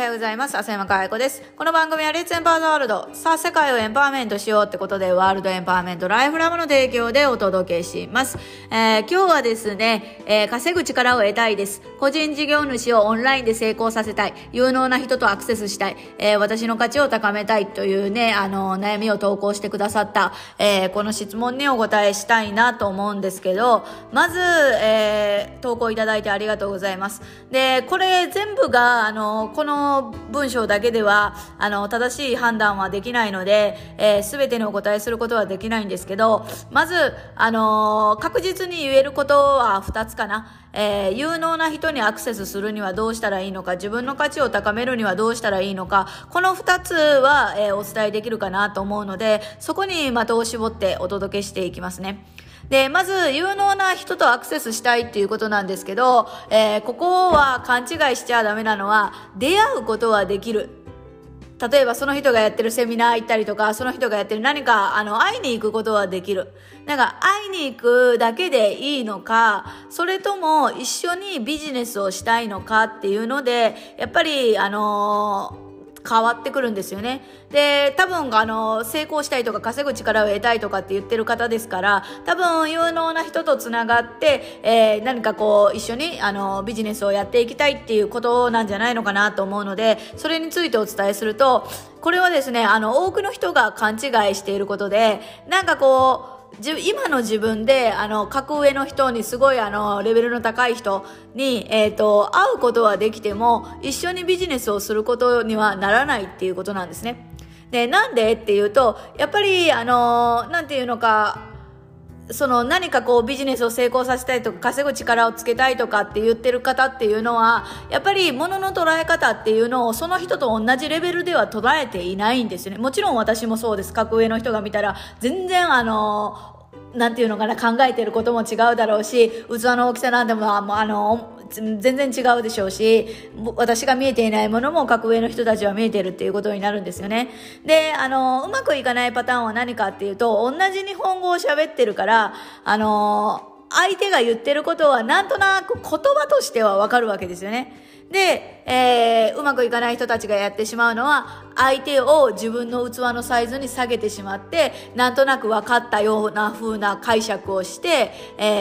はようございます。浅山かや子です。この番組はレッツエンパワードワールド。さあ、世界をエンパワーメントしようってことで、ワールドエンパワーメントライフラムの提供でお届けします。今日はですね、稼ぐ力を得たいです。個人事業主をオンラインで成功させたい。有能な人とアクセスしたい。私の価値を高めたいというね、悩みを投稿してくださった、この質問にお答えしたいなと思うんですけど、まず、投稿いただいてありがとうございます。で、これ全部が、この文章だけでは正しい判断はできないので、全てにお答えすることはできないんですけど、まず確実に言えることは2つかな。有能な人にアクセスするにはどうしたらいいのか、自分の価値を高めるにはどうしたらいいのか、この2つは、お伝えできるかなと思うので、そこに的を絞ってお届けしていきますね。で、まず有能な人とアクセスしたいっていうことなんですけど、ここは勘違いしちゃダメなのは、出会うことはできる。例えばその人がやってるセミナー行ったりとか、その人がやってる何か会いに行くことはできる。なんか会いに行くだけでいいのか、それとも一緒にビジネスをしたいのかっていうので、やっぱり変わってくるんですよね。で、多分成功したいとか稼ぐ力を得たいとかって言ってる方ですから、多分有能な人とつながって、何か一緒にビジネスをやっていきたいっていうことなんじゃないのかなと思うので、それについてお伝えすると、これはですね、多くの人が勘違いしていることで、なんか今の自分で格上の人にすごいレベルの高い人に会うことはできても一緒にビジネスをすることにはならないっていうことなんですね。で、なんでっていうと、やっぱりなんていうのか、何かビジネスを成功させたいとか稼ぐ力をつけたいとかって言ってる方っていうのは、やっぱり物の捉え方っていうのをその人と同じレベルでは捉えていないんですよね。もちろん私もそうです。格上の人が見たら全然なんていうのかな、考えてることも違うだろうし、器の大きさなんても全然違うでしょうし、私が見えていないものも格上の人たちは見えてるっていうことになるんですよね。で、うまくいかないパターンは何かっていうと、同じ日本語を喋ってるから、相手が言ってることはなんとなく言葉としてはわかるわけですよね。で、うまくいかない人たちがやってしまうのは、相手を自分の器のサイズに下げてしまって、なんとなく分かったような風な解釈をして、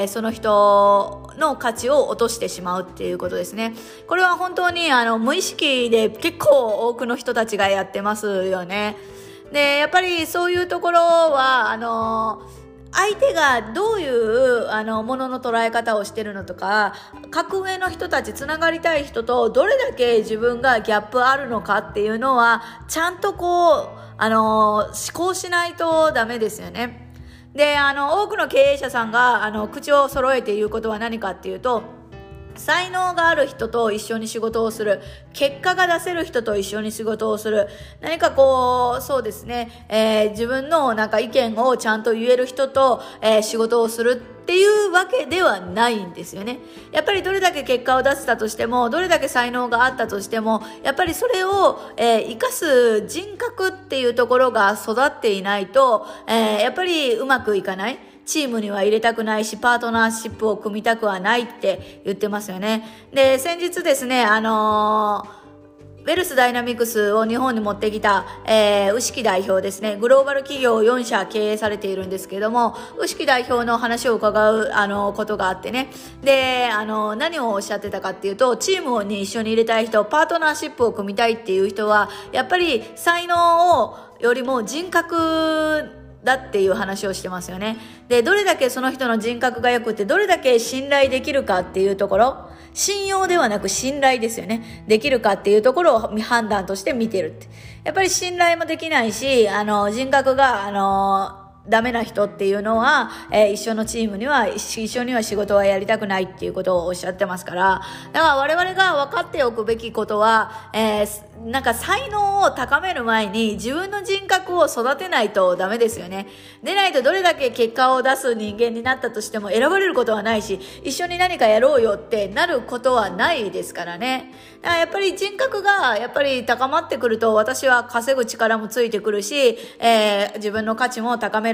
その人の価値を落としてしまうっていうことですね。これは本当に無意識で結構多くの人たちがやってますよね。で、やっぱりそういうところは相手がどういうものの捉え方をしてるのとか、格上の人たち、つながりたい人とどれだけ自分がギャップあるのかっていうのはちゃんと思考しないとダメですよね。で、多くの経営者さんが口を揃えて言うことは何かっていうと、才能がある人と一緒に仕事をする、結果が出せる人と一緒に仕事をする、何かそうですね、自分の意見をちゃんと言える人と、仕事をするっていうわけではないんですよね。やっぱりどれだけ結果を出せたとしても、どれだけ才能があったとしても、やっぱりそれを、生かす人格っていうところが育っていないと、やっぱりうまくいかない。チームには入れたくないし、パートナーシップを組みたくはないって言ってますよね。で、先日ですね、ウェルスダイナミクスを日本に持ってきた、牛木代表ですね。グローバル企業を4社経営されているんですけども、牛木代表の話を伺う、ことがあってね。で、何をおっしゃってたかっていうと、チームに一緒に入れたい人、パートナーシップを組みたいっていう人は、やっぱり才能よりも人格だっていう話をしてますよね。で、どれだけその人の人格が良くて、どれだけ信頼できるかっていうところ、信用ではなく信頼ですよね。できるかっていうところを判断として見てるって。やっぱり信頼もできないし、人格が、ダメな人っていうのは、一緒のチームには、一緒には仕事はやりたくないっていうことをおっしゃってますから、だから我々が分かっておくべきことは、才能を高める前に自分の人格を育てないとダメですよね。でないとどれだけ結果を出す人間になったとしても選ばれることはないし、一緒に何かやろうよってなることはないですからね。だからやっぱり人格が高まってくると、私は稼ぐ力もついてくるし、自分の価値も高める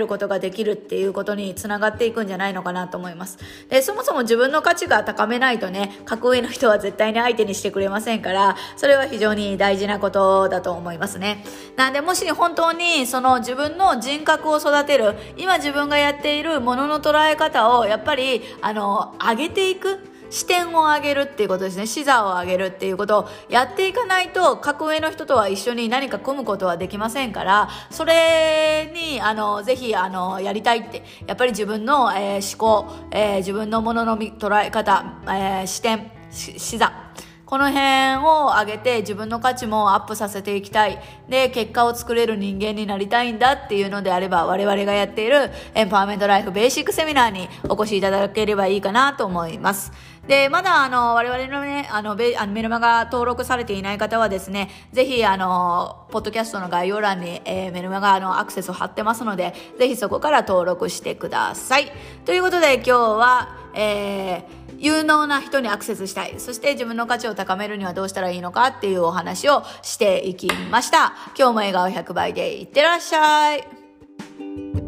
ることができるっていうことにつながっていくんじゃないのかなと思います。で、そもそも自分の価値が高めないとね、格上の人は絶対に相手にしてくれませんから、それは非常に大事なことだと思いますね。なんで、もし本当にその自分の人格を育てる、今自分がやっているものの捉え方をやっぱり上げていく、視点を上げるっていうことですね。視座を上げるっていうことをやっていかないと、格上の人とは一緒に何か組むことはできませんから、それにぜひやりたいって、やっぱり自分の、思考、自分のものの捉え方、視点、視座、この辺を上げて自分の価値もアップさせていきたい。で、結果を作れる人間になりたいんだっていうのであれば、我々がやっているエンパワーメントライフベーシックセミナーにお越しいただければいいかなと思います。で、まだ我々のね、メルマガ登録されていない方はですね、ぜひポッドキャストの概要欄に、メルマガアクセスを貼ってますので、ぜひそこから登録してください。ということで今日は、有能な人にアクセスしたい。そして自分の価値を高めるにはどうしたらいいのかっていうお話をしていきました。今日も笑顔100倍でいってらっしゃい。